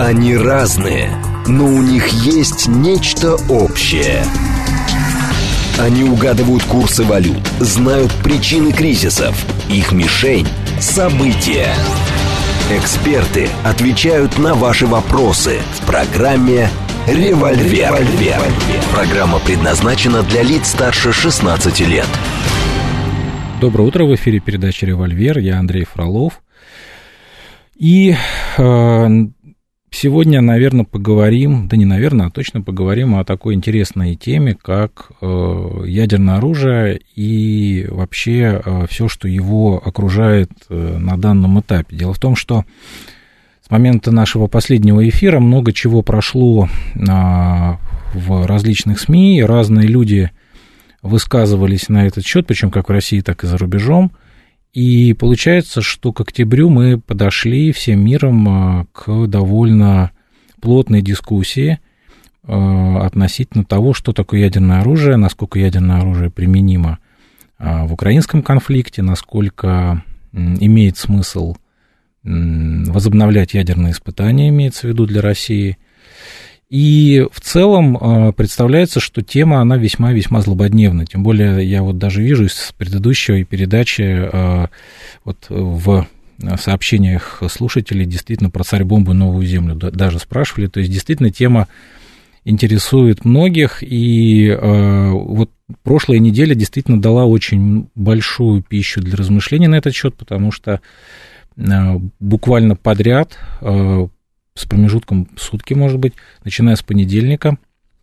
Они разные, но у них есть нечто общее. Они угадывают курсы валют, знают причины кризисов. Их мишень – события. Эксперты отвечают на ваши вопросы в программе «Револьвер». Программа предназначена для лиц старше 16 лет. Доброе утро, в эфире передача «Револьвер», я Андрей Фролов. И сегодня, наверное, поговорим, да не наверное, а точно поговорим о такой интересной теме, как ядерное оружие и вообще все, что его окружает на данном этапе. Дело в том, что с момента нашего последнего эфира много чего прошло в различных СМИ, разные люди высказывались на этот счет, причем как в России, так и за рубежом. И получается, что к октябрю мы подошли всем миром к довольно плотной дискуссии относительно того, что такое ядерное оружие, насколько ядерное оружие применимо в украинском конфликте, насколько имеет смысл возобновлять ядерные испытания, имеется в виду для России. И в целом представляется, что тема, она весьма-весьма злободневна. Тем более я вот даже вижу из предыдущей передачи вот в сообщениях слушателей действительно про царь-бомбу и новую землю даже спрашивали. То есть действительно тема интересует многих. И вот прошлая неделя действительно дала очень большую пищу для размышлений на этот счет, потому что буквально подряд, с промежутком сутки, может быть, начиная с понедельника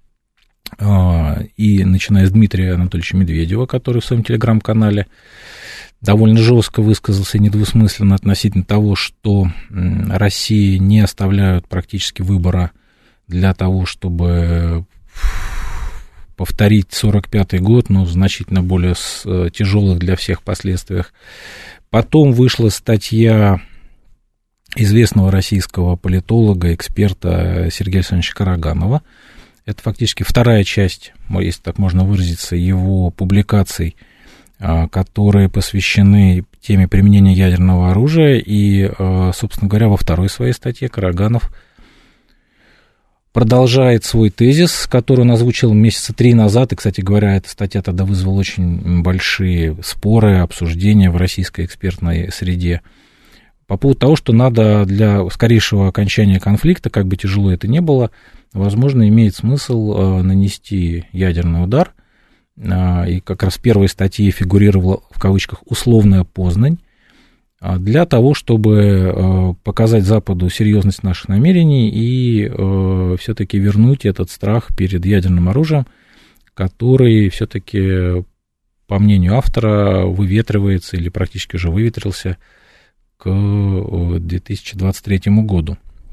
и начиная с Дмитрия Анатольевича Медведева, который в своем телеграм-канале довольно жестко высказался недвусмысленно относительно того, что России не оставляют практически выбора для того, чтобы повторить 1945 год, но значительно более тяжелых для всех последствиях. Потом вышла статья известного российского политолога, эксперта Сергея Александровича Караганова. Это фактически вторая часть, если так можно выразиться, его публикаций, которые посвящены теме применения ядерного оружия. И, собственно говоря, во второй своей статье Караганов продолжает свой тезис, который он озвучил месяца 3 назад. И, кстати говоря, эта статья тогда вызвала очень большие споры, обсуждения в российской экспертной среде по поводу того, что надо для скорейшего окончания конфликта, как бы тяжело это ни было, возможно, имеет смысл нанести ядерный удар. И как раз в первой статье фигурировала, в кавычках, условная Познань, для того, чтобы показать Западу серьезность наших намерений и все-таки вернуть этот страх перед ядерным оружием, который все-таки, по мнению автора, выветривается или практически уже выветрился к 2023 году.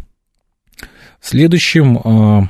Следующим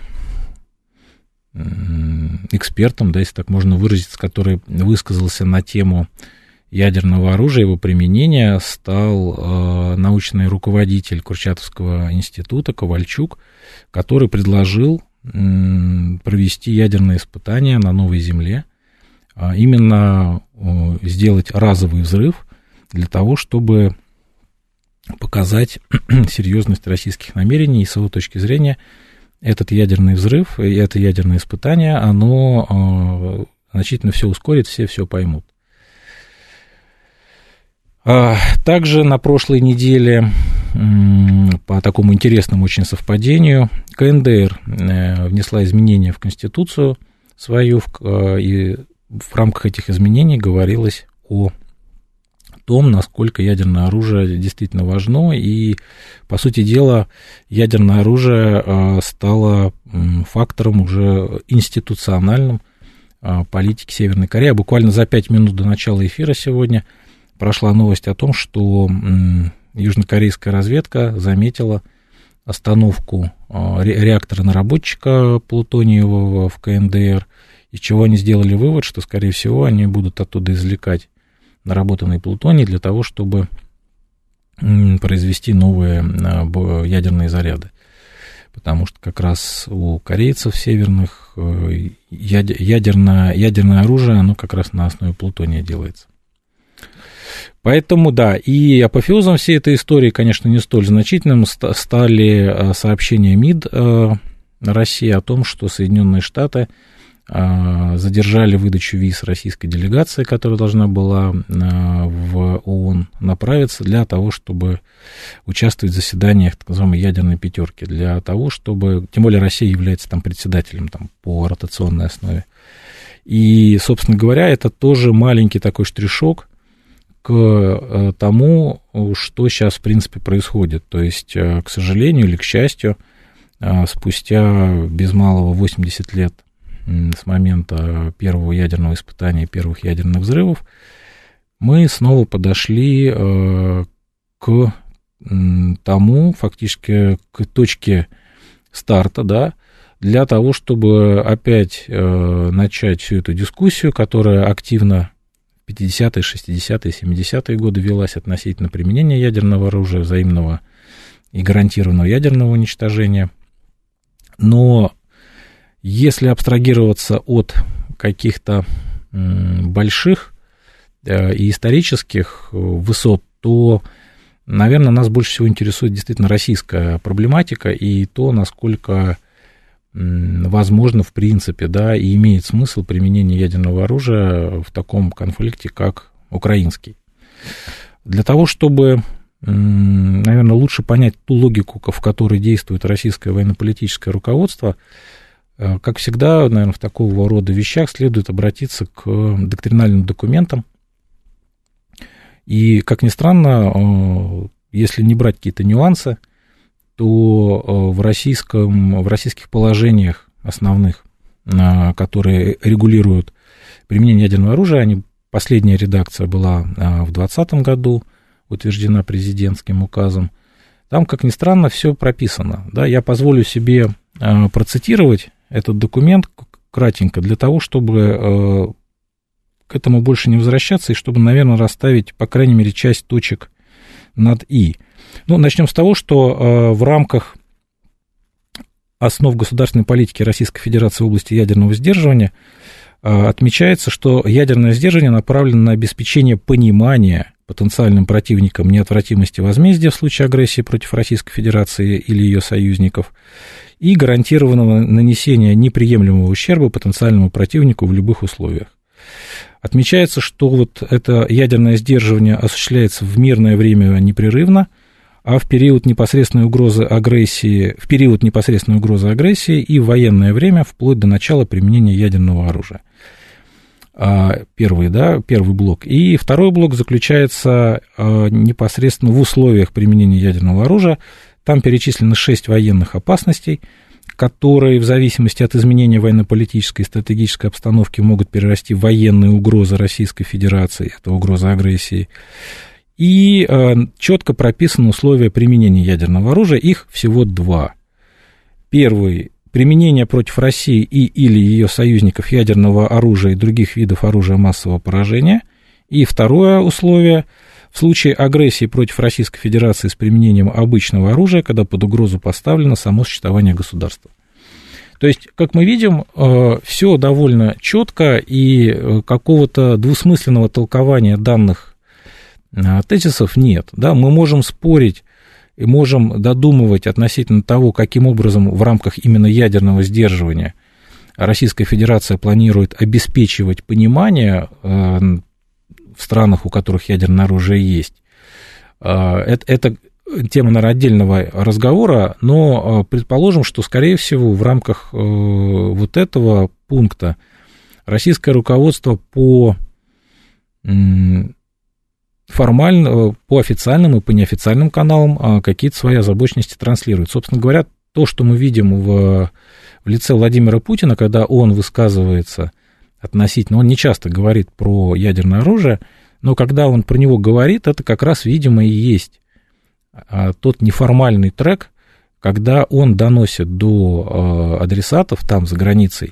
экспертом, да, если так можно выразиться, который высказался на тему ядерного оружия, его применения, стал научный руководитель Курчатовского института Ковальчук, который предложил провести ядерные испытания на новой Земле, именно сделать разовый взрыв для того, чтобы показать серьезность российских намерений, и с его точки зрения этот ядерный взрыв и это ядерное испытание, оно значительно все ускорит, все поймут. Также на прошлой неделе, по такому интересному очень совпадению, КНДР внесла изменения в Конституцию свою, и в рамках этих изменений говорилось о том, насколько ядерное оружие действительно важно, и, по сути дела, ядерное оружие стало фактором уже институциональным политики Северной Кореи. Буквально за 5 минут до начала эфира сегодня прошла новость о том, что южнокорейская разведка заметила остановку реактора-наработчика плутониевого в КНДР, из чего они сделали вывод, что, скорее всего, они будут оттуда извлекать наработанный плутоний для того, чтобы произвести новые ядерные заряды. Потому что как раз у корейцев северных ядерное оружие, оно как раз на основе плутония делается. Поэтому, да, и апофеозом всей этой истории, конечно, не столь значительным стали сообщения МИД России о том, что Соединенные Штаты задержали выдачу виз российской делегации, которая должна была в ООН направиться для того, чтобы участвовать в заседаниях так называемой ядерной пятерки, для того, чтобы, тем более Россия является там председателем там, по ротационной основе. И, собственно говоря, это тоже маленький такой штришок к тому, что сейчас, в принципе, происходит. То есть, к сожалению или к счастью, спустя без малого 80 лет с момента первого ядерного испытания, первых ядерных взрывов, мы снова подошли к тому, фактически, к точке старта, да, для того, чтобы опять начать всю эту дискуссию, которая активно в 50-е, 60-е, 70-е годы велась относительно применения ядерного оружия, взаимного и гарантированного ядерного уничтожения. Но если абстрагироваться от каких-то больших и исторических высот, то, наверное, нас больше всего интересует действительно российская проблематика и то, насколько возможно, в принципе, да, и имеет смысл применение ядерного оружия в таком конфликте, как украинский. Для того, чтобы, наверное, лучше понять ту логику, в которой действует российское военно-политическое руководство, как всегда, наверное, в такого рода вещах следует обратиться к доктринальным документам. И, как ни странно, если не брать какие-то нюансы, то в российских положениях основных, которые регулируют применение ядерного оружия, последняя редакция была в 2020 году, утверждена президентским указом, там, как ни странно, все прописано. Да, я позволю себе процитировать этот документ кратенько, для того, чтобы к этому больше не возвращаться, и чтобы, наверное, расставить, по крайней мере, часть точек над «и». Ну, начнем с того, что в рамках основ государственной политики Российской Федерации в области ядерного сдерживания отмечается, что ядерное сдерживание направлено на обеспечение понимания потенциальным противникам неотвратимости возмездия в случае агрессии против Российской Федерации или ее союзников и гарантированного нанесения неприемлемого ущерба потенциальному противнику в любых условиях. Отмечается, что вот это ядерное сдерживание осуществляется в мирное время непрерывно, а в период непосредственной угрозы агрессии и в военное время вплоть до начала применения ядерного оружия. Первый блок. И второй блок заключается непосредственно в условиях применения ядерного оружия. Там перечислены 6 военных опасностей, которые в зависимости от изменения военно-политической и стратегической обстановки могут перерасти в военные угрозы Российской Федерации, это угроза агрессии. И четко прописаны условия применения ядерного оружия, их всего 2. Первый – применение против России или ее союзников ядерного оружия и других видов оружия массового поражения. И второе условие – в случае агрессии против Российской Федерации с применением обычного оружия, когда под угрозу поставлено само существование государства. То есть, как мы видим, все довольно четко, и какого-то двусмысленного толкования данных тезисов нет. Да? Мы можем спорить и можем додумывать относительно того, каким образом в рамках именно ядерного сдерживания Российская Федерация планирует обеспечивать понимание в странах, у которых ядерное оружие есть. Это тема, наверное, отдельного разговора, но предположим, что, скорее всего, в рамках вот этого пункта российское руководство по официальным и по неофициальным каналам какие-то свои озабоченности транслирует. Собственно говоря, то, что мы видим в лице Владимира Путина, когда он высказывается относительно, он не часто говорит про ядерное оружие, но когда он про него говорит, это как раз, видимо, и есть тот неформальный трек, когда он доносит до адресатов там за границей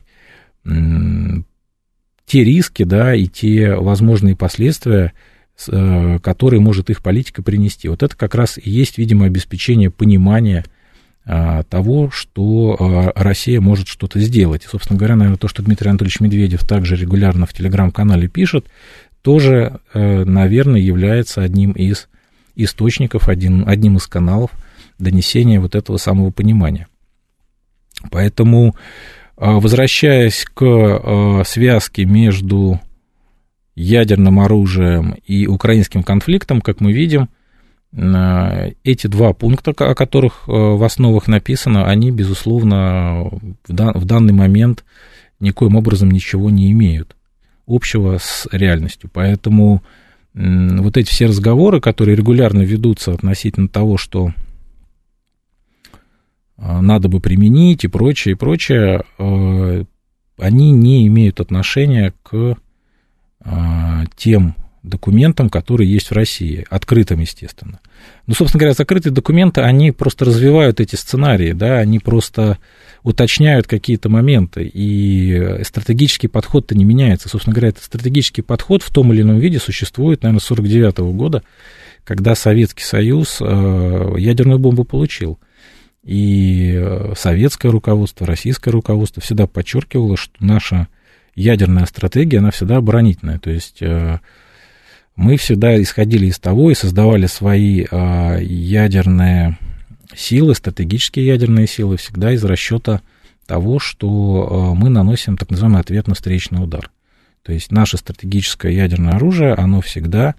те риски, да, и те возможные последствия, которые может их политика принести. Вот это как раз и есть, видимо, обеспечение понимания того, что Россия может что-то сделать. И, собственно говоря, наверное, то, что Дмитрий Анатольевич Медведев также регулярно в телеграм-канале пишет, тоже, наверное, является одним из источников, одним из каналов донесения вот этого самого понимания. Поэтому, возвращаясь к связке между ядерным оружием и украинским конфликтом, как мы видим, эти два пункта, о которых в основах написано, они, безусловно, в данный момент никоим образом ничего не имеют общего с реальностью. Поэтому вот эти все разговоры, которые регулярно ведутся относительно того, что надо бы применить и прочее, они не имеют отношения к тем документам, которые есть в России, открытым, естественно. Ну, собственно говоря, закрытые документы, они просто развивают эти сценарии, да, они просто уточняют какие-то моменты, и стратегический подход-то не меняется. Собственно говоря, этот стратегический подход в том или ином виде существует, наверное, с 1949 года, когда Советский Союз ядерную бомбу получил. И советское руководство, российское руководство всегда подчеркивало, что наша ядерная стратегия, она всегда оборонительная, то есть мы всегда исходили из того и создавали свои ядерные силы, стратегические ядерные силы, всегда из расчета того, что мы наносим так называемый ответный встречный удар. То есть наше стратегическое ядерное оружие, оно всегда,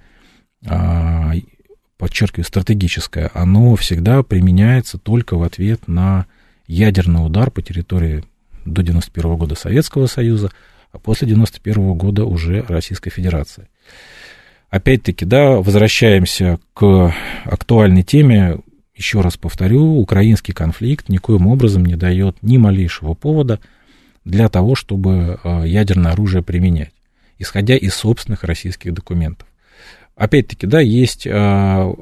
подчеркиваю, стратегическое, оно всегда применяется только в ответ на ядерный удар по территории до 1991 года Советского Союза, а после 1991 года уже Российской Федерации. Опять-таки, да, возвращаемся к актуальной теме. Еще раз повторю, украинский конфликт никоим образом не дает ни малейшего повода для того, чтобы ядерное оружие применять, исходя из собственных российских документов. Опять-таки, да, есть ряд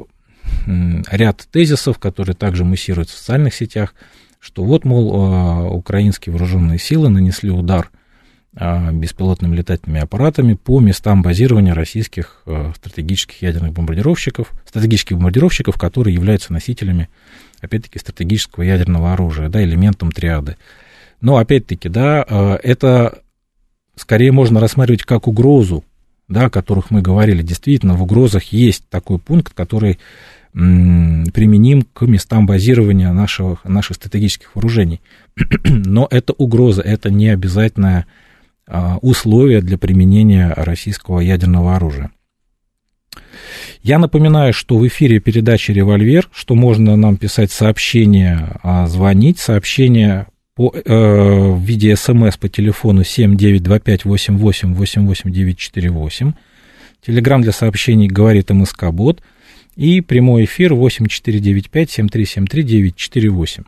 тезисов, которые также муссируются в социальных сетях, что вот, мол, украинские вооруженные силы нанесли удар беспилотными летательными аппаратами по местам базирования российских стратегических ядерных бомбардировщиков, которые являются носителями, опять-таки, стратегического ядерного оружия, да, элементом триады. Но, опять-таки, да, это скорее можно рассматривать как угрозу, да, о которых мы говорили. Действительно, в угрозах есть такой пункт, который применим к местам базирования наших стратегических вооружений. Но это угроза, это не обязательное условия для применения российского ядерного оружия. Я напоминаю, что в эфире передачи «Револьвер», что можно нам писать сообщения, звонить, сообщения в виде СМС по телефону 792588888948, телеграм для сообщений «Говорит МСК-бот» и прямой эфир 8495-7373-948.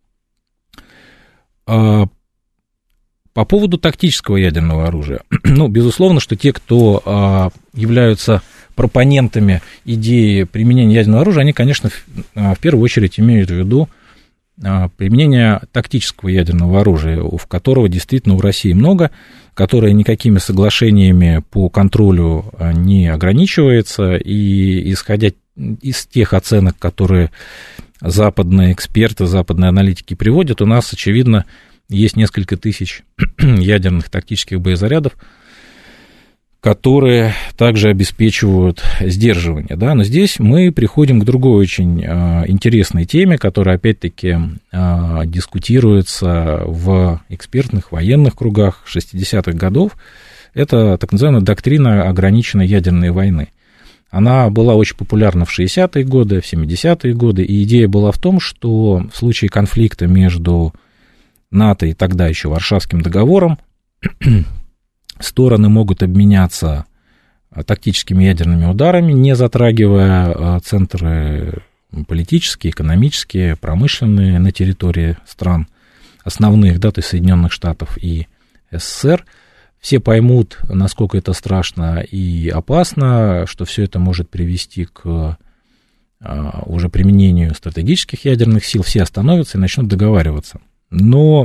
По поводу тактического ядерного оружия. Ну, безусловно, что те, кто являются пропонентами идеи применения ядерного оружия, они, конечно, в первую очередь имеют в виду применение тактического ядерного оружия, в которого действительно у России много, которое никакими соглашениями по контролю не ограничивается, и исходя из тех оценок, которые западные эксперты, западные аналитики приводят, у нас, очевидно, есть несколько тысяч ядерных тактических боезарядов, которые также обеспечивают сдерживание. Да? Но здесь мы приходим к другой очень интересной теме, которая, опять-таки, дискутируется в экспертных военных кругах 60-х годов. Это так называемая доктрина ограниченной ядерной войны. Она была очень популярна в 60-е годы, в 70-е годы, и идея была в том, что в случае конфликта между НАТО и тогда еще Варшавским договором стороны могут обменяться тактическими ядерными ударами, не затрагивая центры политические, экономические, промышленные на территории стран основных, да, то есть Соединенных Штатов и СССР. Все поймут, насколько это страшно и опасно, что все это может привести к уже применению стратегических ядерных сил, все остановятся и начнут договариваться. Но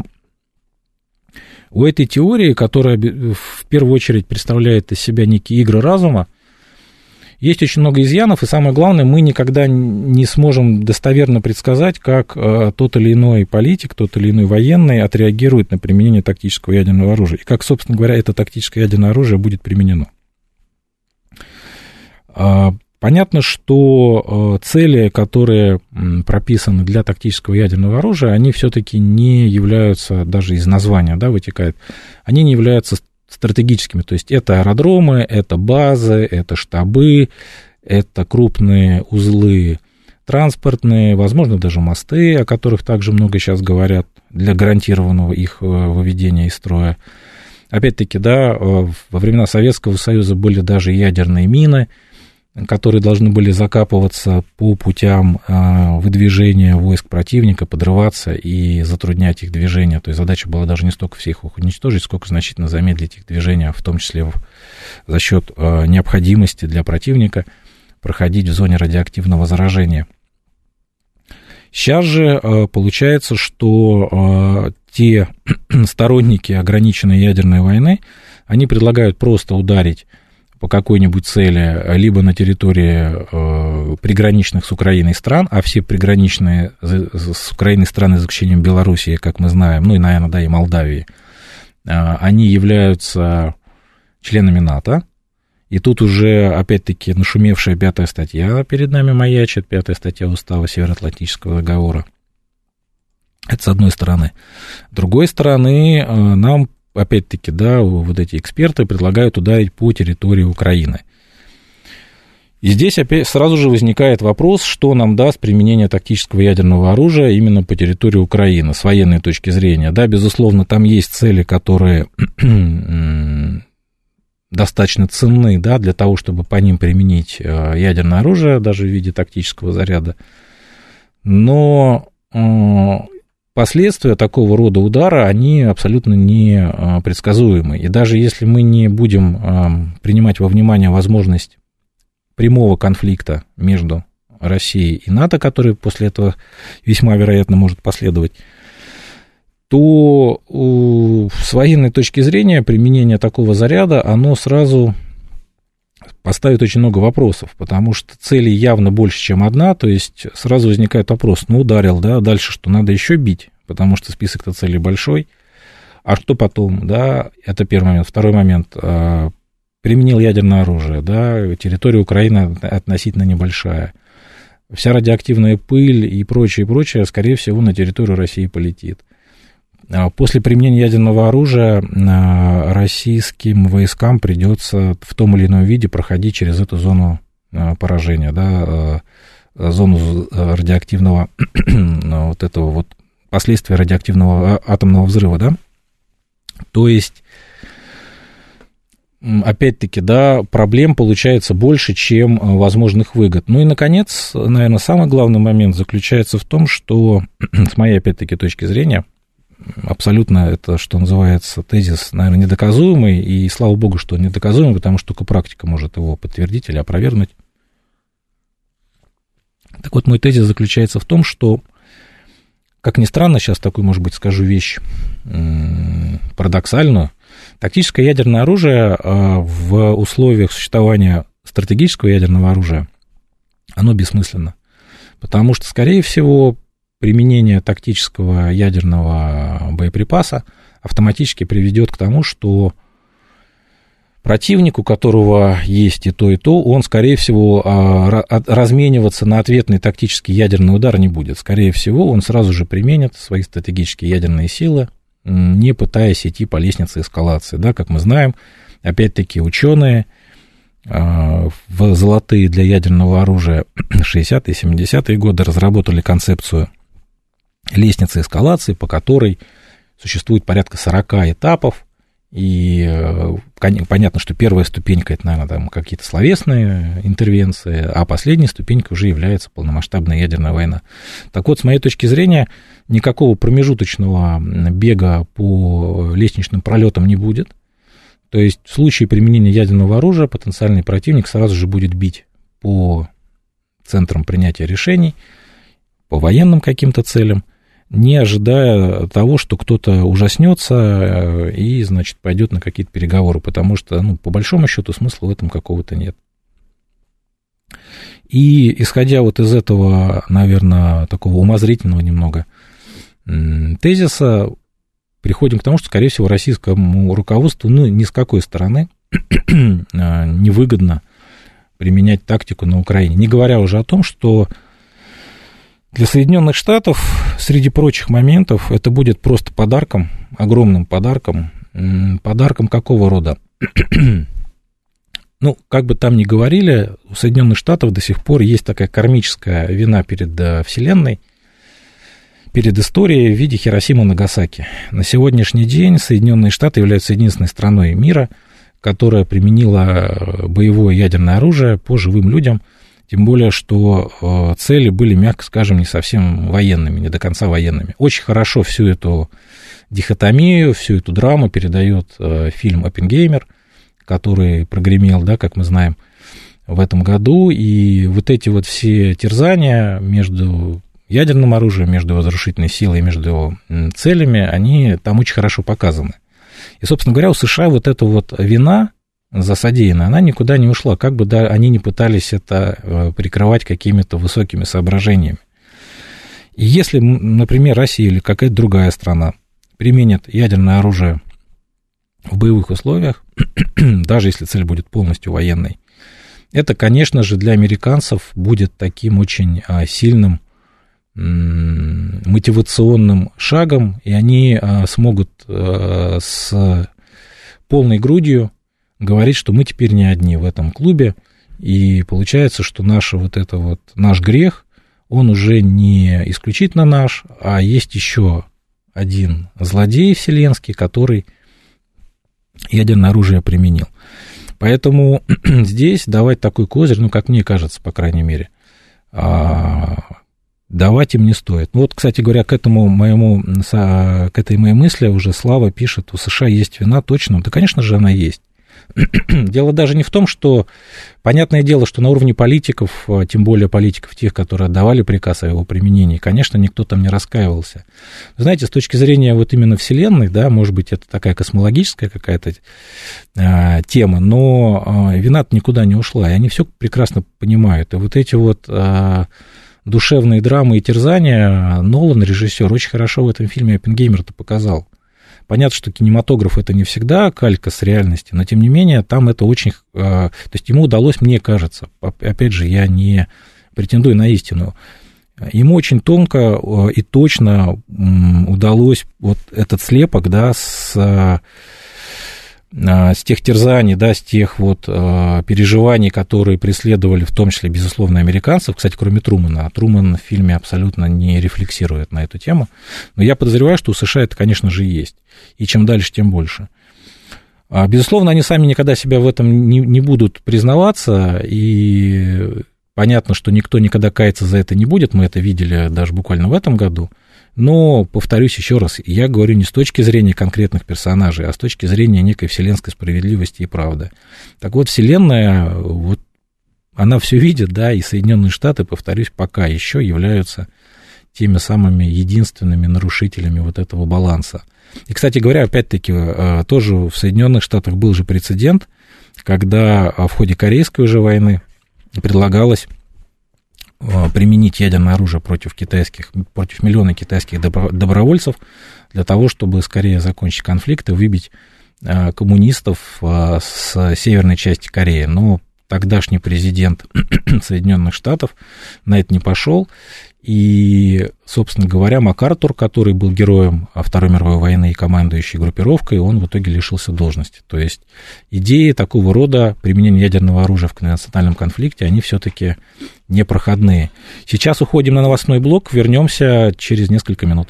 у этой теории, которая в первую очередь представляет из себя некие игры разума, есть очень много изъянов, и самое главное, мы никогда не сможем достоверно предсказать, как тот или иной политик, тот или иной военный отреагирует на применение тактического ядерного оружия, и как, собственно говоря, это тактическое ядерное оружие будет применено. Понятно, что цели, которые прописаны для тактического ядерного оружия, они все-таки не являются, даже из названия, да, вытекает, они не являются стратегическими. То есть это аэродромы, это базы, это штабы, это крупные узлы транспортные, возможно, даже мосты, о которых также много сейчас говорят, для гарантированного их выведения из строя. Опять-таки, да, во времена Советского Союза были даже ядерные мины, которые должны были закапываться по путям выдвижения войск противника, подрываться и затруднять их движение. То есть задача была даже не столько всех их уничтожить, сколько значительно замедлить их движение, в том числе за счет необходимости для противника проходить в зоне радиоактивного заражения. Сейчас же получается, что те сторонники ограниченной ядерной войны, они предлагают просто ударить по какой-нибудь цели либо на территории приграничных с Украиной стран, а все приграничные с Украиной страны, за исключением Белоруссии, как мы знаем, ну и, наверное, да, и Молдавии, они являются членами НАТО. И тут уже, опять-таки, нашумевшая 5-я статья перед нами маячит, 5-я статья Устава Североатлантического договора. Это с одной стороны. С другой стороны, нам, опять-таки, да, вот эти эксперты предлагают ударить по территории Украины. И здесь опять сразу же возникает вопрос, что нам даст применение тактического ядерного оружия именно по территории Украины, с военной точки зрения. Да, безусловно, там есть цели, которые достаточно ценны, да, для того, чтобы по ним применить ядерное оружие, даже в виде тактического заряда. Но последствия такого рода удара, они абсолютно непредсказуемы. И даже если мы не будем принимать во внимание возможность прямого конфликта между Россией и НАТО, который после этого весьма вероятно может последовать, то с военной точки зрения применение такого заряда, оно сразу поставит очень много вопросов, потому что целей явно больше, чем одна, то есть сразу возникает вопрос, ну, ударил, да, дальше что, надо еще бить, потому что список-то целей большой, а что потом, да, это первый момент. Второй момент, применил ядерное оружие, да, территория Украины относительно небольшая, вся радиоактивная пыль и прочее, скорее всего, на территорию России полетит. После применения ядерного оружия российским войскам придется в том или ином виде проходить через эту зону поражения, да, зону радиоактивного, вот этого вот последствия радиоактивного атомного взрыва, да. То есть, опять-таки, да, проблем получается больше, чем возможных выгод. Ну и, наконец, наверное, самый главный момент заключается в том, что, с моей, опять-таки, точки зрения, абсолютно это, что называется, тезис, наверное, недоказуемый, и слава богу, что он недоказуемый, потому что только практика может его подтвердить или опровергнуть. Так вот, мой тезис заключается в том, что, как ни странно, сейчас такую, может быть, скажу вещь парадоксальную, тактическое ядерное оружие в условиях существования стратегического ядерного оружия, оно бессмысленно, потому что, скорее всего, применение тактического ядерного боеприпаса автоматически приведет к тому, что противник, у которого есть и то, он, скорее всего, размениваться на ответный тактический ядерный удар не будет. Скорее всего, он сразу же применит свои стратегические ядерные силы, не пытаясь идти по лестнице эскалации. Да, как мы знаем, опять-таки, ученые в золотые для ядерного оружия 60-е и 70-е годы разработали концепцию лестницы эскалации, по которой существует порядка 40 этапов, и понятно, что первая ступенька — это, наверное, там какие-то словесные интервенции, а последняя ступенька уже является полномасштабная ядерная война. Так вот, с моей точки зрения, никакого промежуточного бега по лестничным пролетам не будет. То есть в случае применения ядерного оружия потенциальный противник сразу же будет бить по центрам принятия решений, по военным каким-то целям, не ожидая того, что кто-то ужаснется и, значит, пойдет на какие-то переговоры, потому что, ну, по большому счету, смысла в этом какого-то нет. И, исходя вот из этого, наверное, такого умозрительного немного тезиса, приходим к тому, что, скорее всего, российскому руководству, ну, ни с какой стороны невыгодно применять тактику на Украине. Не говоря уже о том, что для Соединенных Штатов, среди прочих моментов, это будет просто подарком, огромным подарком. Подарком какого рода? Ну, как бы там ни говорили, у Соединенных Штатов до сих пор есть такая кармическая вина перед Вселенной, перед историей в виде Хиросимы и Нагасаки. На сегодняшний день Соединенные Штаты являются единственной страной мира, которая применила боевое ядерное оружие по живым людям, тем более, что цели были, мягко скажем, не совсем военными, не до конца военными. Очень хорошо всю эту дихотомию, всю эту драму передает фильм «Оппенгеймер», который прогремел, да, как мы знаем, в этом году, и вот эти вот все терзания между ядерным оружием, между разрушительной силой, между целями, они там очень хорошо показаны. И, собственно говоря, у США вот эта вот вина за содеянное, она никуда не ушла, как бы да, они не пытались это прикрывать какими-то высокими соображениями. И если, например, Россия или какая-то другая страна применит ядерное оружие в боевых условиях, даже если цель будет полностью военной, это, конечно же, для американцев будет таким очень сильным мотивационным шагом, и они смогут с полной грудью говорить, что мы теперь не одни в этом клубе, и получается, что наш грех, он уже не исключительно наш, а есть еще один злодей вселенский, который ядерное оружие применил. Поэтому здесь давать такой козырь, ну, как мне кажется, по крайней мере, давать им не стоит. Ну, вот, кстати говоря, к этой моей мысли уже Слава пишет, у США есть вина, точно? Да, конечно же, она есть. Дело даже не в том, что, понятное дело, что на уровне политиков, тем более политиков тех, которые отдавали приказ о его применении, конечно, никто там не раскаивался. Знаете, с точки зрения вот именно Вселенной, да, может быть, это такая космологическая какая-то тема, но вина-то никуда не ушла, и они все прекрасно понимают. И вот эти вот душевные драмы и терзания Нолан, режиссер, очень хорошо в этом фильме «Оппенгеймер»-то показал. Понятно, что кинематограф — это не всегда калька с реальности, но, тем не менее, там это очень... То есть ему удалось, мне кажется, опять же, я не претендую на истину, ему очень тонко и точно удалось вот этот слепок, да, с тех терзаний, да, с тех вот переживаний, которые преследовали в том числе, безусловно, американцев, кстати, кроме Трумана. Труман в фильме абсолютно не рефлексирует на эту тему, но я подозреваю, что у США это, конечно же, есть, и чем дальше, тем больше. Безусловно, они сами никогда себя в этом не будут признаваться, и понятно, что никто никогда каяться за это не будет, мы это видели даже буквально в этом году. Но, повторюсь еще раз, я говорю не с точки зрения конкретных персонажей, а с точки зрения некой вселенской справедливости и правды. Так вот, Вселенная, вот, она все видит, да, и Соединенные Штаты, повторюсь, пока еще являются теми самыми единственными нарушителями вот этого баланса. И, кстати говоря, опять-таки, тоже в Соединенных Штатах был же прецедент, когда в ходе Корейской уже войны предлагалось применить ядерное оружие против миллиона китайских добровольцев для того, чтобы скорее закончить конфликт и выбить коммунистов с северной части Кореи. Но тогдашний президент Соединенных Штатов на это не пошел. И, собственно говоря, МакАртур, который был героем Второй мировой войны и командующий группировкой, он в итоге лишился должности. То есть идеи такого рода применения ядерного оружия в конвенциональном конфликте, они все-таки непроходные. Сейчас уходим на новостной блок, вернемся через несколько минут.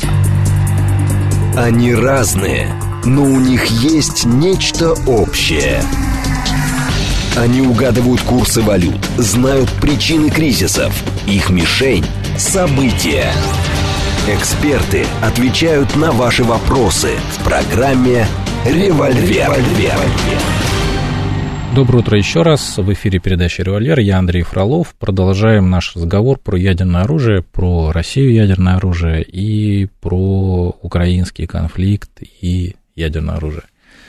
Они разные, но у них есть нечто общее. Они угадывают курсы валют, знают причины кризисов. Их мишень – события. Эксперты отвечают на ваши вопросы в программе «Револьвер». Доброе утро еще раз. В эфире передача «Револьвер». Я Андрей Фролов. Продолжаем наш разговор про ядерное оружие, про Россию ядерное оружие и про украинский конфликт и ядерное оружие.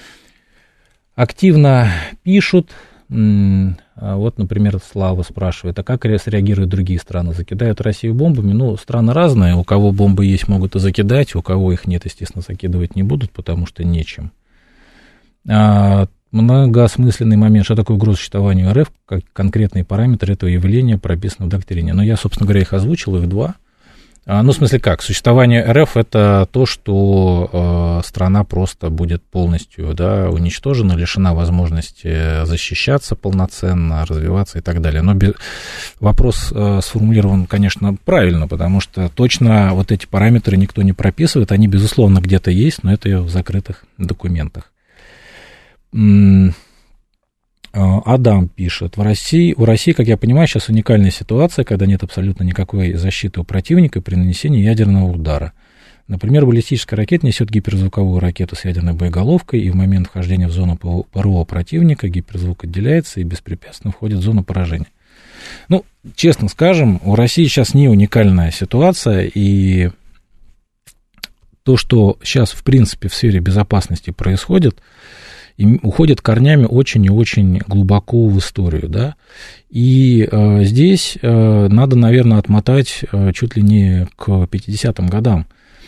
Активно пишут. Вот, например, Слава спрашивает, а как среагируют другие страны? Закидают Россию бомбами? Ну, страны разные, у кого бомбы есть, могут и закидать, у кого их нет, естественно, закидывать не будут, потому что нечем. многоосмысленный момент, что такое угроза существованию РФ, как конкретные параметры этого явления прописаны в доктрине. Но я, собственно говоря, их озвучил, их два. Ну, в смысле как? Существование РФ – это то, что страна просто будет полностью, да, уничтожена, лишена возможности защищаться полноценно, развиваться и так далее. Но вопрос сформулирован, конечно, правильно, потому что точно вот эти параметры никто не прописывает, они, безусловно, где-то есть, но это в закрытых документах. Адам пишет, у России, как я понимаю, сейчас уникальная ситуация, когда нет абсолютно никакой защиты у противника при нанесении ядерного удара. Например, баллистическая ракета несет гиперзвуковую ракету с ядерной боеголовкой, и в момент вхождения в зону ПРО противника гиперзвук отделяется и беспрепятственно входит в зону поражения. Ну, честно скажем, у России сейчас не уникальная ситуация, и то, что сейчас, в принципе, в сфере безопасности происходит, и уходит корнями очень и очень глубоко в историю, да, и здесь надо, наверное, отмотать чуть ли не к 50-м годам,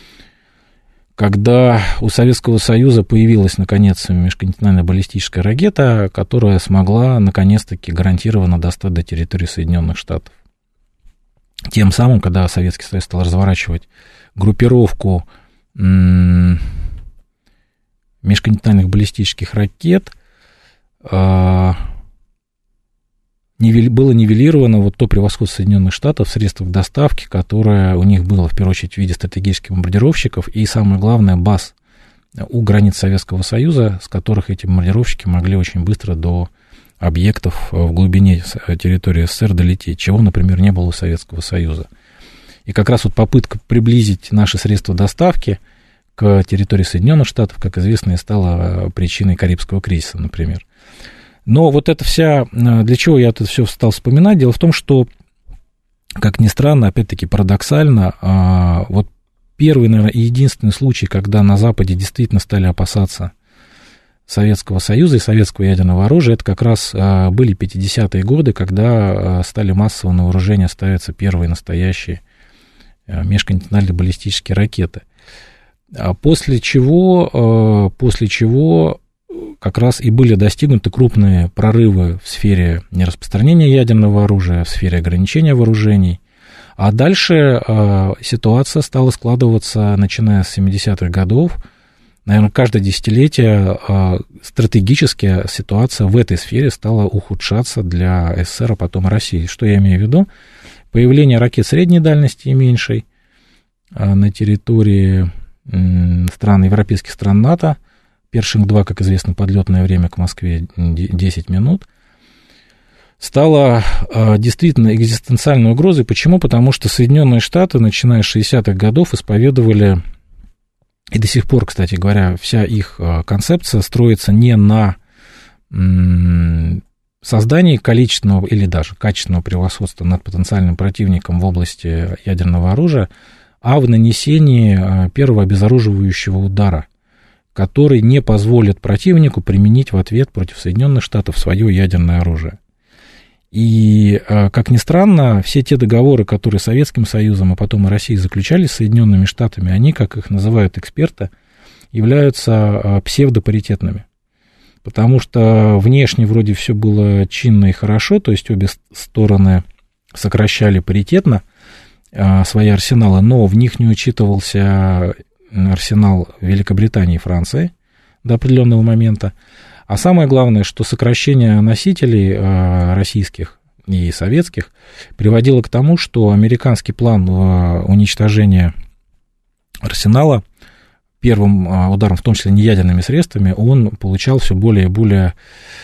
когда у Советского Союза появилась, наконец, межконтинентальная баллистическая ракета, которая смогла, наконец-таки, гарантированно достать до территории Соединенных Штатов. Тем самым, когда Советский Союз стал разворачивать группировку межконтинентальных баллистических ракет, было нивелировано вот то превосходство Соединенных Штатов в средствах доставки, которое у них было, в первую очередь, в виде стратегических бомбардировщиков и, самое главное, баз у границ Советского Союза, с которых эти бомбардировщики могли очень быстро до объектов в глубине территории СССР долететь, чего, например, не было у Советского Союза. И как раз вот попытка приблизить наши средства доставки к территории Соединенных Штатов, как известно, и стала причиной Карибского кризиса, например. Но вот это вся... Для чего я это все стал вспоминать? Дело в том, что, как ни странно, опять-таки парадоксально, вот первый, наверное, и единственный случай, когда на Западе действительно стали опасаться Советского Союза и советского ядерного оружия, это как раз были 50-е годы, когда стали массово на вооружение ставиться первые настоящие межконтинентальные баллистические ракеты. После чего как раз и были достигнуты крупные прорывы в сфере нераспространения ядерного оружия, в сфере ограничения вооружений. А дальше ситуация стала складываться, начиная с 70-х годов. Наверное, каждое десятилетие стратегически ситуация в этой сфере стала ухудшаться для СССР, а потом и России. Что я имею в виду? Появление ракет средней дальности и меньшей на территории стран, европейских стран НАТО. Першинг-2, как известно, подлетное время к Москве 10 минут, стало действительно экзистенциальной угрозой. Почему? Потому что Соединенные Штаты, начиная с 60-х годов, исповедовали, и до сих пор, кстати говоря, вся их концепция строится не на создании количественного или даже качественного превосходства над потенциальным противником в области ядерного оружия, а в нанесении первого обезоруживающего удара, который не позволит противнику применить в ответ против Соединенных Штатов свое ядерное оружие. И, как ни странно, все те договоры, которые Советским Союзом, а потом и Россией заключались с Соединенными Штатами, они, как их называют эксперты, являются псевдопаритетными. Потому что внешне вроде все было чинно и хорошо, то есть обе стороны сокращали паритетно свои арсеналы, но в них не учитывался арсенал Великобритании и Франции до определенного момента. А самое главное, что сокращение носителей российских и советских приводило к тому, что американский план уничтожения арсенала первым ударом, в том числе не ядерными средствами, он получал все более и более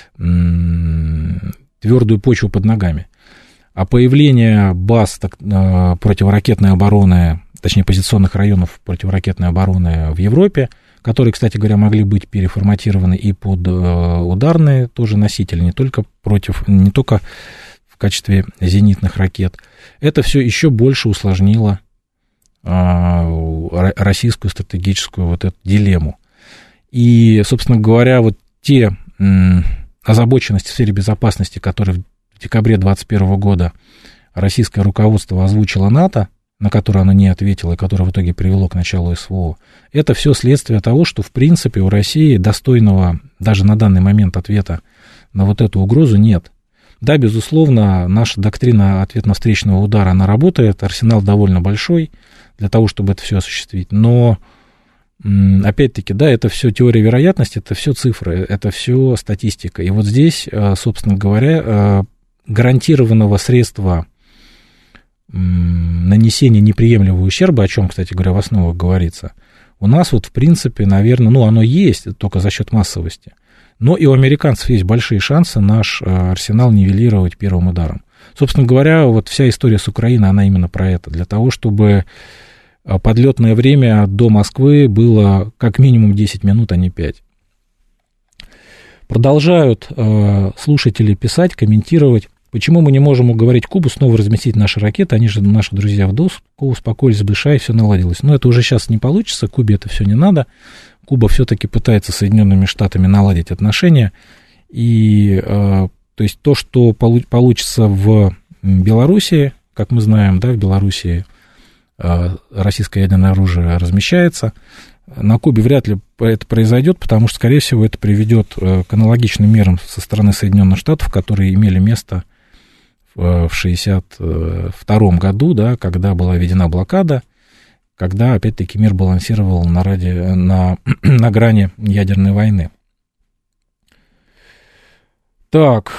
твердую почву под ногами. А появление баз противоракетной обороны, точнее позиционных районов противоракетной обороны в Европе, которые, кстати говоря, могли быть переформатированы и под ударные тоже носители, не только в качестве зенитных ракет, это все еще больше усложнило российскую стратегическую вот эту дилемму. И, собственно говоря, вот те озабоченности в сфере безопасности, которые в декабре 2021 года российское руководство озвучило НАТО, на которое оно не ответило, и которое в итоге привело к началу СВО, это все следствие того, что, в принципе, у России достойного даже на данный момент ответа на вот эту угрозу нет. Да, безусловно, наша доктрина ответно-встречного удара, она работает, арсенал довольно большой для того, чтобы это все осуществить, но, опять-таки, да, это все теория вероятности, это все цифры, это все статистика. И вот здесь, собственно говоря, гарантированного средства нанесения неприемлемого ущерба, о чем, кстати говоря, в основах говорится, у нас вот, в принципе, наверное, ну, оно есть, только за счет массовости. Но и у американцев есть большие шансы наш арсенал нивелировать первым ударом. Собственно говоря, вот вся история с Украиной, она именно про это. Для того, чтобы подлетное время до Москвы было как минимум 10 минут, а не 5. Продолжают слушатели писать, комментировать. Почему мы не можем уговорить Кубу снова разместить наши ракеты? Они же наши друзья в ДОС, успокоились, США, и все наладилось. Но это уже сейчас не получится, Кубе это все не надо. Куба все-таки пытается с Соединенными Штатами наладить отношения. И то есть то, что получится в Белоруссии, как мы знаем, да, в Белоруссии российское ядерное оружие размещается. На Кубе вряд ли это произойдет, потому что, скорее всего, это приведет к аналогичным мерам со стороны Соединенных Штатов, которые имели место в 1962 году, да, когда была введена блокада, когда, опять-таки, мир балансировал на грани ядерной войны. Так,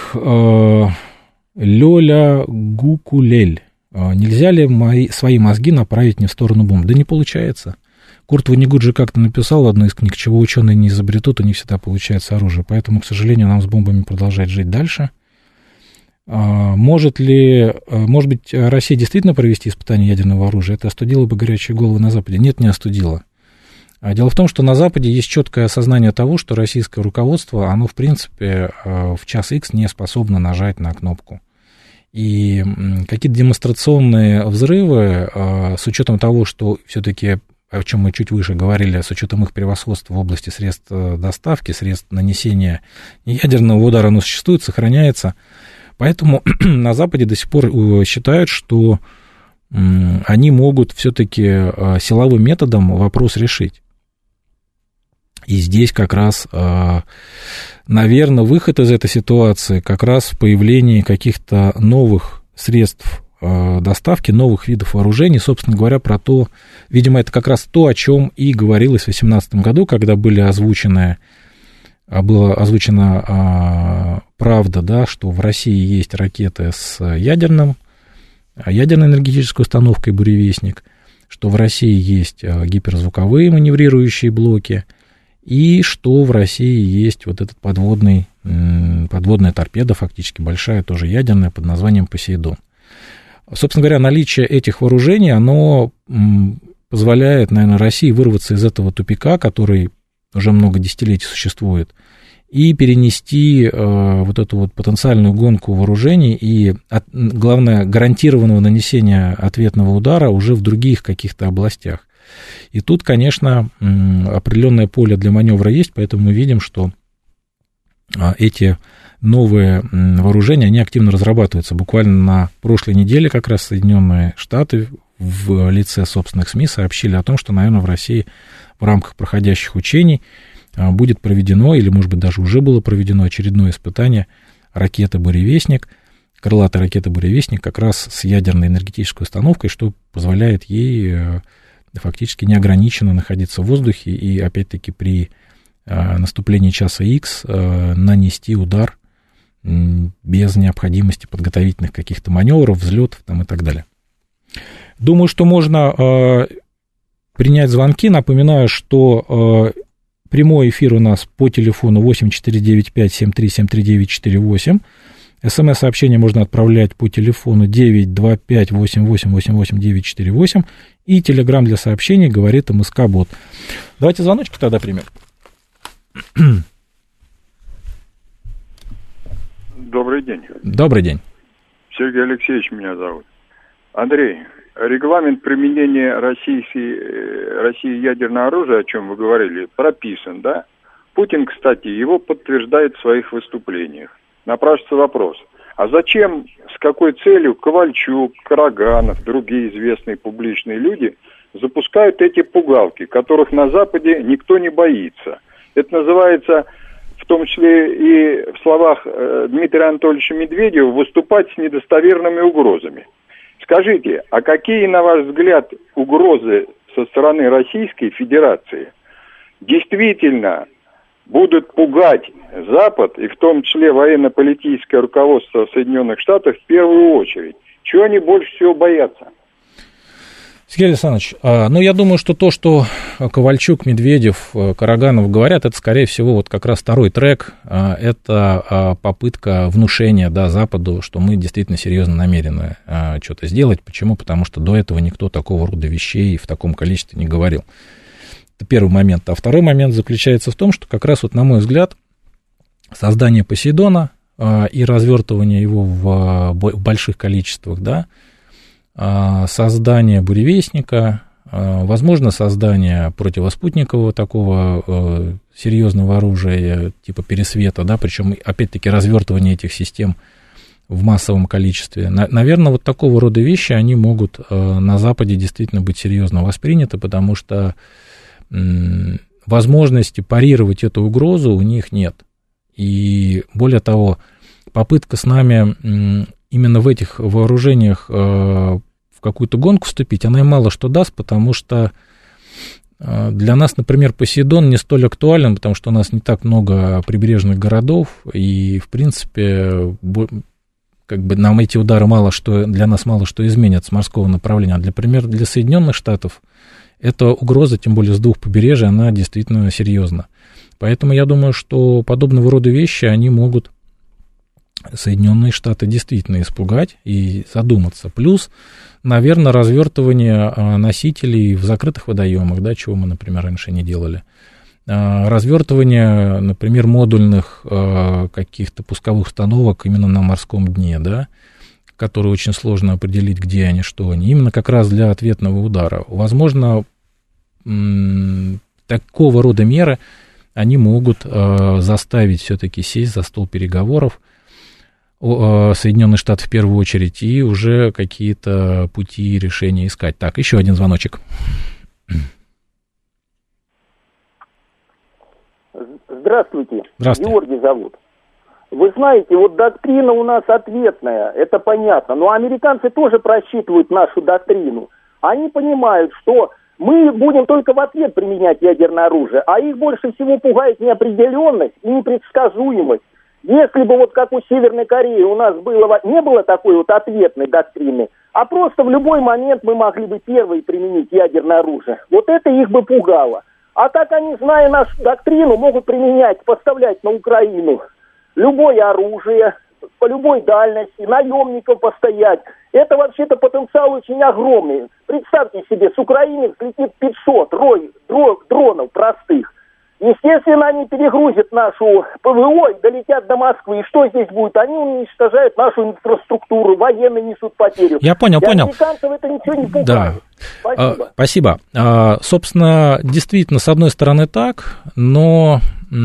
Лёля Гукулель. Нельзя ли свои мозги направить не в сторону бомб? Да не получается. Курт Воннегут же как-то написал в одной из книг, чего ученые не изобретут, у них всегда получается оружие. Поэтому, к сожалению, нам с бомбами продолжать жить дальше. Может быть, Россия действительно провести испытание ядерного оружия? Это остудило бы горячие головы на Западе? Нет, не остудило. Дело в том, что на Западе есть четкое осознание того, что российское руководство, оно, в принципе, в час Х не способно нажать на кнопку. И какие-то демонстрационные взрывы, с учетом того, что все-таки, о чем мы чуть выше говорили, с учетом их превосходства в области средств доставки, средств нанесения ядерного удара, оно существует, сохраняется. Поэтому на Западе до сих пор считают, что они могут все-таки силовым методом вопрос решить. И здесь как раз, наверное, выход из этой ситуации как раз в появлении каких-то новых средств доставки, новых видов вооружений, собственно говоря, про то, видимо, это как раз то, о чем и говорилось в 2018 году, когда была озвучена правда, да, что в России есть ракеты с ядерной энергетической установкой «Буревестник», что в России есть гиперзвуковые маневрирующие блоки, и что в России есть вот этот подводная торпеда, фактически большая, тоже ядерная, под названием «Посейдон». Собственно говоря, наличие этих вооружений, оно позволяет, наверное, России вырваться из этого тупика, который уже много десятилетий существует, и перенести вот эту вот потенциальную гонку вооружений и, главное, гарантированного нанесения ответного удара уже в других каких-то областях. И тут, конечно, определенное поле для маневра есть, поэтому мы видим, что эти новые вооружения, они активно разрабатываются. Буквально на прошлой неделе как раз Соединенные Штаты в лице собственных СМИ сообщили о том, что, наверное, в России в рамках проходящих учений будет проведено, или, может быть, даже уже было проведено очередное испытание ракеты «Буревестник», крылатой ракеты «Буревестник», как раз с ядерной энергетической установкой, что позволяет ей фактически неограниченно находиться в воздухе и, опять-таки, при наступлении часа Х нанести удар без необходимости подготовительных каких-то маневров, взлетов там, и так далее. Думаю, что можно принять звонки. Напоминаю, что прямой эфир у нас по телефону 8495-7373-948. СМС-сообщение можно отправлять по телефону 925-8888-948. И телеграм для сообщений говорит МСК-бот. Давайте звоночки тогда примем. Добрый день. Добрый день. Сергей Алексеевич меня зовут. Андрей, регламент применения России ядерного оружия, о чем вы говорили, прописан, да? Путин, кстати, его подтверждает в своих выступлениях. Напрашивается вопрос, А зачем, с какой целью Ковальчук, Караганов, другие известные публичные люди запускают эти пугалки, которых на Западе никто не боится? Это называется, в том числе и в словах Дмитрия Анатольевича Медведева, выступать с недостоверными угрозами. Скажите, а какие, на ваш взгляд, угрозы со стороны Российской Федерации действительно будут пугать Запад, и в том числе военно-политическое руководство Соединенных Штатов в первую очередь? Чего они больше всего боятся? Сергей Александрович, я думаю, что то, что Ковальчук, Медведев, Караганов говорят, это, скорее всего, вот как раз второй трек, это попытка внушения, Западу, что мы действительно серьезно намерены что-то сделать. Почему? Потому что до этого никто такого рода вещей в таком количестве не говорил. Это первый момент. А второй момент заключается в том, что как раз, вот, на мой взгляд, создание Посейдона и развертывание его в больших количествах, создание буревестника, возможно, создание противоспутникового такого серьезного оружия типа Пересвета, причем, опять-таки, развертывание этих систем в массовом количестве. Наверное, вот такого рода вещи, они могут на Западе действительно быть серьезно восприняты, потому что возможности парировать эту угрозу у них нет. И более того, попытка с нами именно в этих вооружениях в какую-то гонку вступить, она им мало что даст, потому что для нас, например, Посейдон не столь актуален, потому что у нас не так много прибрежных городов, и, в принципе, нам эти удары для нас мало что изменят с морского направления. А, например, для Соединенных Штатов эта угроза, тем более с двух побережий, она действительно серьезна. Поэтому я думаю, что подобного рода вещи, они могут Соединенные Штаты действительно испугать и задуматься. Плюс, наверное, развертывание носителей в закрытых водоемах, чего мы, например, раньше не делали. Развертывание, например, модульных каких-то пусковых установок именно на морском дне, которые очень сложно определить, где они, что они. Именно как раз для ответного удара. Возможно, такого рода меры, они могут заставить все-таки сесть за стол переговоров Соединенные Штаты в первую очередь и уже какие-то пути решения искать. Так, еще один звоночек. Здравствуйте. Здравствуйте. Георгий зовут. Вы знаете, вот доктрина у нас ответная, это понятно, но американцы тоже просчитывают нашу доктрину. Они понимают, что мы будем только в ответ применять ядерное оружие, а их больше всего пугает неопределенность и непредсказуемость. Если бы вот как у Северной Кореи у нас не было такой вот ответной доктрины, а просто в любой момент мы могли бы первые применить ядерное оружие, вот это их бы пугало. А так они, зная нашу доктрину, могут поставлять на Украину любое оружие, по любой дальности, наемников постоять. Это вообще-то потенциал очень огромный. Представьте себе, с Украины взлетит 500 дронов простых. Естественно, они перегрузят нашу ПВО и долетят до Москвы. И что здесь будет? Они уничтожают нашу инфраструктуру, военные несут потерю. Я понял. Американцев это ничего не пугает. Да. Спасибо. Собственно, действительно, с одной стороны так, но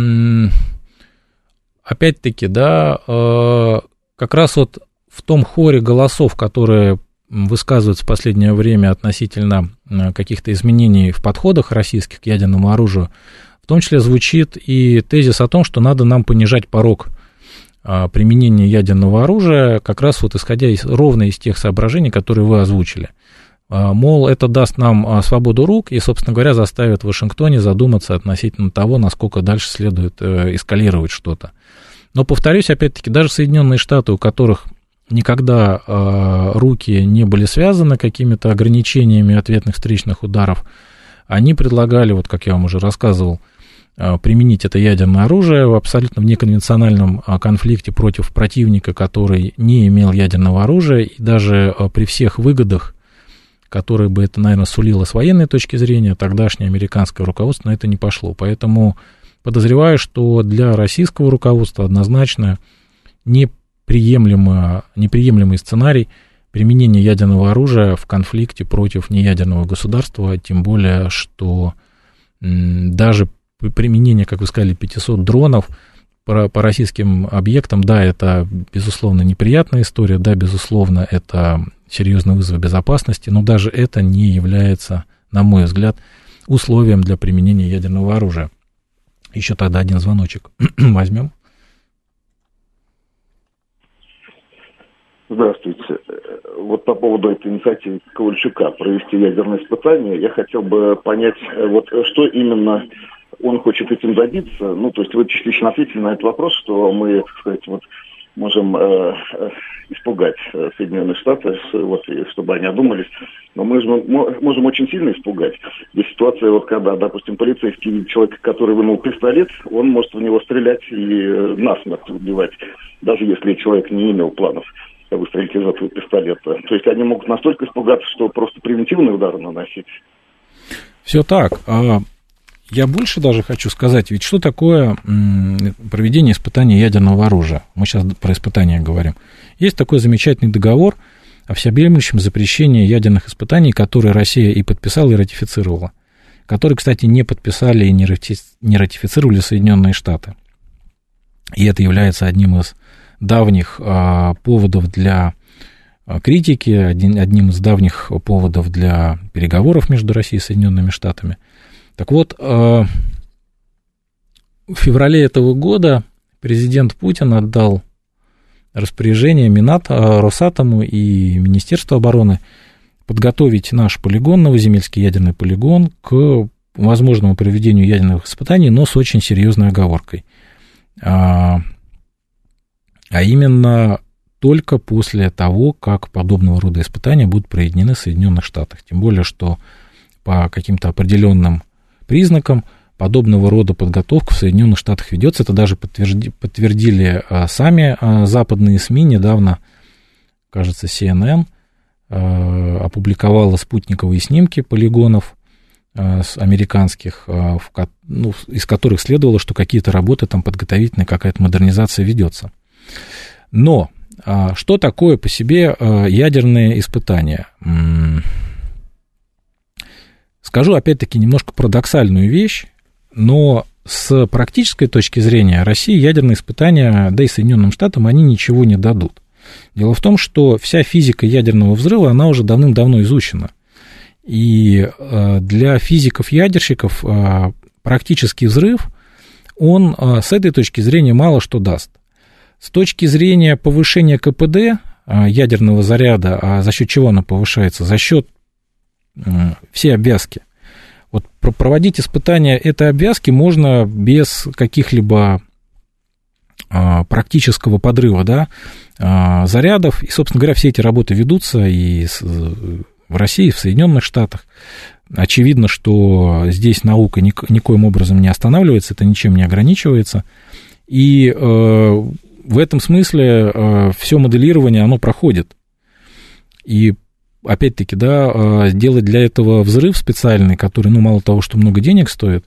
опять-таки, как раз вот в том хоре голосов, которые высказываются в последнее время относительно каких-то изменений в подходах российских к ядерному оружию, в том числе звучит и тезис о том, что надо нам понижать порог применения ядерного оружия, как раз вот исходя ровно из тех соображений, которые вы озвучили. Мол, это даст нам свободу рук и, собственно говоря, заставит в Вашингтоне задуматься относительно того, насколько дальше следует эскалировать что-то. Но, повторюсь, опять-таки, даже Соединенные Штаты, у которых никогда руки не были связаны какими-то ограничениями ответных встречных ударов, они предлагали, вот как я вам уже рассказывал, применить это ядерное оружие в абсолютно неконвенциональном конфликте против противника, который не имел ядерного оружия, и даже при всех выгодах, которые бы это, наверное, сулило с военной точки зрения, тогдашнее американское руководство на это не пошло. Поэтому подозреваю, что для российского руководства однозначно неприемлемый сценарий применения ядерного оружия в конфликте против неядерного государства, тем более, что даже применение, как вы сказали, 500 дронов по российским объектам, да, это, безусловно, неприятная история, да, безусловно, это серьезный вызов безопасности, но даже это не является, на мой взгляд, условием для применения ядерного оружия. Еще тогда один звоночек возьмем. Здравствуйте. Вот по поводу этой инициативы Ковальчука провести ядерные испытания, я хотел бы понять, вот что именно он хочет этим добиться. Ну, то есть вы частично ответили на этот вопрос, что мы, так сказать, вот можем испугать Соединенные Штаты, вот, чтобы они одумались. Но мы можем очень сильно испугать. Есть ситуация, вот, когда, допустим, полицейский видит человека, который вынул пистолет, он может в него стрелять и насмерть убивать, даже если человек не имел планов выстрелить из этого пистолета. То есть они могут настолько испугаться, что просто превентивный удар наносить. Все так. Я больше даже хочу сказать, ведь что такое проведение испытаний ядерного оружия? Мы сейчас про испытания говорим. Есть такой замечательный договор о всеобъемлющем запрещении ядерных испытаний, который Россия и подписала, и ратифицировала. Который, кстати, не подписали и не ратифицировали Соединенные Штаты. И это является одним из давних поводов для критики, одним из давних поводов для переговоров между Россией и Соединенными Штатами. Так вот, в феврале этого года президент Путин отдал распоряжение Росатому и Министерству обороны подготовить наш полигон, Новоземельский ядерный полигон, к возможному проведению ядерных испытаний, но с очень серьезной оговоркой. А именно только после того, как подобного рода испытания будут проведены в Соединенных Штатах. Тем более, что по каким-то определенным признакам подобного рода подготовка в Соединенных Штатах ведется. Это даже подтвердили сами западные СМИ. Недавно, кажется, CNN опубликовала спутниковые снимки полигонов американских, из которых следовало, что какие-то работы там подготовительные, какая-то модернизация ведется. Но что такое по себе ядерные испытания? Скажу, опять-таки, немножко парадоксальную вещь, но с практической точки зрения России ядерные испытания, да и Соединенным Штатам, они ничего не дадут. Дело в том, что вся физика ядерного взрыва, она уже давным-давно изучена. И для физиков-ядерщиков практический взрыв, он с этой точки зрения мало что даст. С точки зрения повышения КПД ядерного заряда, за счет чего оно повышается? За счет всей обвязки. Вот проводить испытания этой обвязки можно без каких-либо практического подрыва, да, зарядов. И, собственно говоря, все эти работы ведутся и в России, и в Соединенных Штатах. Очевидно, что здесь наука никоим образом не останавливается, это ничем не ограничивается. И в этом смысле все моделирование, оно проходит. И опять-таки, да, делать для этого взрыв специальный, который, мало того, что много денег стоит,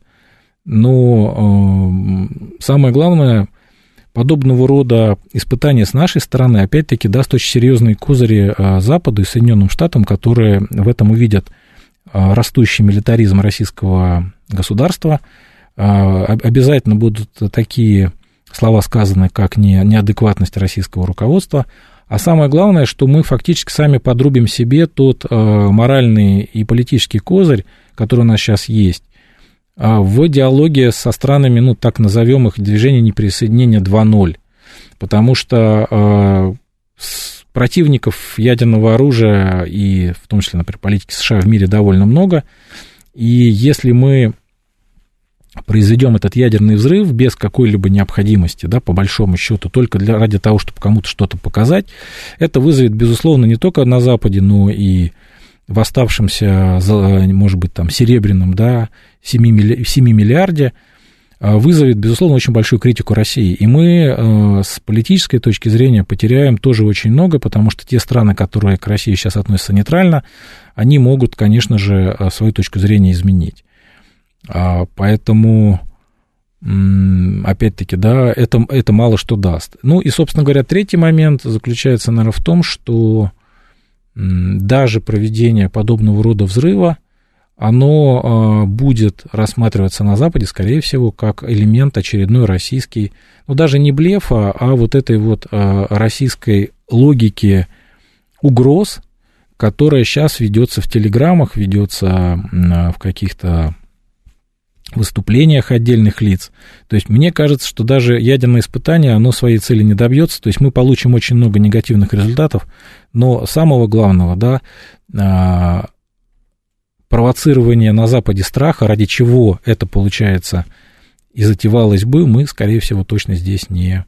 но самое главное, подобного рода испытания с нашей стороны, опять-таки, даст очень серьезные козыри Западу и Соединенным Штатам, которые в этом увидят растущий милитаризм российского государства. Обязательно будут такие слова сказаны, как неадекватность российского руководства. А самое главное, что мы фактически сами подрубим себе тот моральный и политический козырь, который у нас сейчас есть, в диалоге со странами, так назовем их, движение неприсоединения 2.0. Потому что противников ядерного оружия, и в том числе, например, политики США в мире довольно много. И если мы произведем этот ядерный взрыв без какой-либо необходимости, да, по большому счету, только ради того, чтобы кому-то что-то показать, это вызовет, безусловно, не только на Западе, но и в оставшемся, может быть, там, серебряном, да, 7 миллиарде, вызовет, безусловно, очень большую критику России. И мы с политической точки зрения потеряем тоже очень много, потому что те страны, которые к России сейчас относятся нейтрально, они могут, конечно же, свою точку зрения изменить. Поэтому, опять-таки, да, это мало что даст. И, собственно говоря, третий момент заключается, наверное, в том, что даже проведение подобного рода взрыва, оно будет рассматриваться на Западе, скорее всего, как элемент очередной российский, ну, даже не блефа, а вот этой вот российской логики угроз, которая сейчас ведется в телеграммах, ведется в каких-то выступлениях отдельных лиц. То есть мне кажется, что даже ядерное испытание, оно своей цели не добьется. То есть мы получим очень много негативных результатов, но самого главного, да, провоцирование на Западе страха, ради чего это получается и затевалось бы, мы, скорее всего, точно здесь не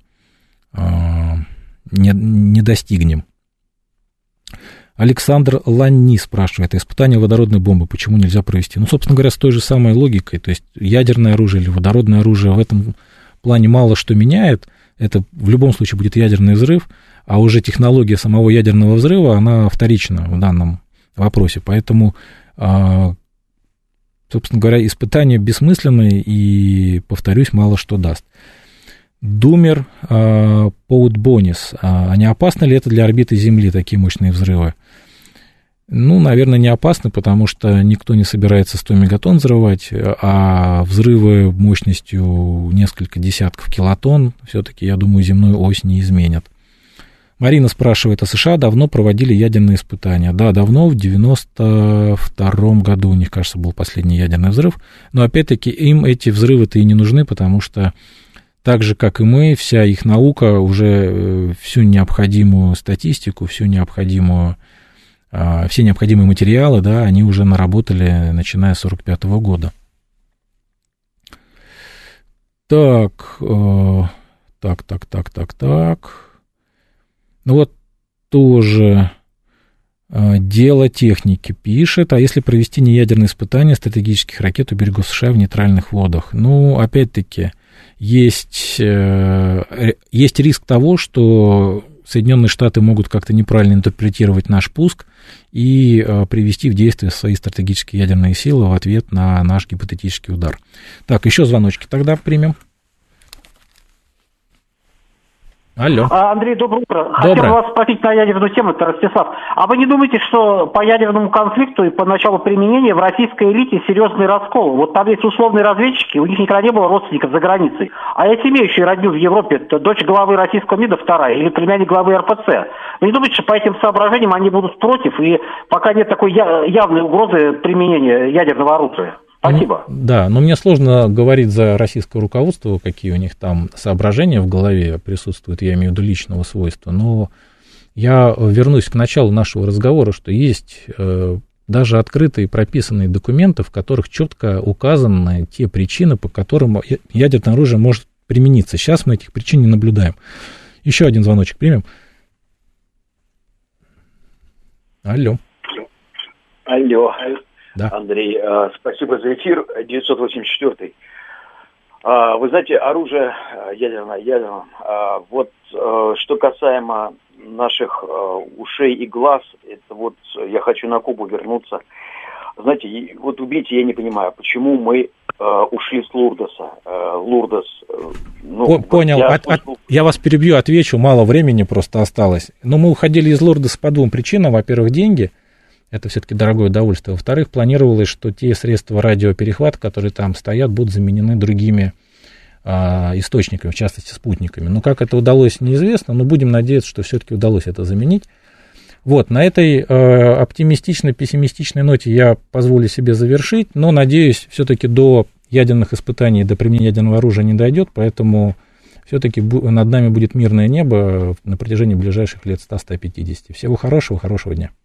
достигнем. Александр Ланни спрашивает, испытание водородной бомбы почему нельзя провести? Ну, собственно говоря, с той же самой логикой, то есть ядерное оружие или водородное оружие в этом плане мало что меняет, это в любом случае будет ядерный взрыв, а уже технология самого ядерного взрыва, она вторична в данном вопросе, поэтому, собственно говоря, испытание бессмысленное и, повторюсь, мало что даст. Думер Поутбонис. А не опасно ли это для орбиты Земли, такие мощные взрывы? Ну, наверное, не опасно, потому что никто не собирается 100 мегатонн взрывать, а взрывы мощностью несколько десятков килотонн все-таки, я думаю, земную ось не изменят. Марина спрашивает, а США давно проводили ядерные испытания? Да, давно, в 92-м году, у них, кажется, был последний ядерный взрыв, но, опять-таки, им эти взрывы-то и не нужны, потому что так же, как и мы, вся их наука уже всю необходимую статистику, все необходимые материалы, да, они уже наработали, начиная с 1945 года. Так. Ну вот тоже дело техники пишет, а если провести неядерные испытания стратегических ракет у берегов США в нейтральных водах? Ну, опять-таки, есть риск того, что Соединенные Штаты могут как-то неправильно интерпретировать наш пуск и привести в действие свои стратегические ядерные силы в ответ на наш гипотетический удар. Так, еще звоночки тогда примем. Алло. Андрей, доброе утро. Хотел вас спросить на ядерную тему, это Ростислав. А вы не думаете, что по ядерному конфликту и по началу применения в российской элите серьезный раскол? Вот там есть условные разведчики, у них никогда не было родственников за границей. А эти имеющие родню в Европе, это дочь главы российского МИДа вторая или племянник главы РПЦ. Вы не думаете, что по этим соображениям они будут против, и пока нет такой явной угрозы применения ядерного оружия? Спасибо. Да, но мне сложно говорить за российское руководство, какие у них там соображения в голове присутствуют, я имею в виду личного свойства, но я вернусь к началу нашего разговора, что есть даже открытые прописанные документы, в которых четко указаны те причины, по которым ядерное оружие может примениться. Сейчас мы этих причин не наблюдаем. Еще один звоночек примем. Алло. Да. Андрей, спасибо за эфир. 984-й. Вы знаете, оружие ядерное. Вот что касаемо наших ушей и глаз, это вот я хочу на Кубу вернуться. Знаете, вот убейте, я не понимаю, почему мы ушли с Лурдоса. Понял. Я вас перебью, отвечу, мало времени просто осталось. Но мы уходили из Лурдоса по двум причинам. Во-первых, деньги. Это все-таки дорогое удовольствие. Во-вторых, планировалось, что те средства радиоперехвата, которые там стоят, будут заменены другими источниками, в частности, спутниками. Но как это удалось, неизвестно, но будем надеяться, что все-таки удалось это заменить. Вот, на этой оптимистичной, пессимистичной ноте я позволю себе завершить, но, надеюсь, все-таки до ядерных испытаний, до применения ядерного оружия не дойдет, поэтому все-таки над нами будет мирное небо на протяжении ближайших лет 100-150. Всего хорошего дня.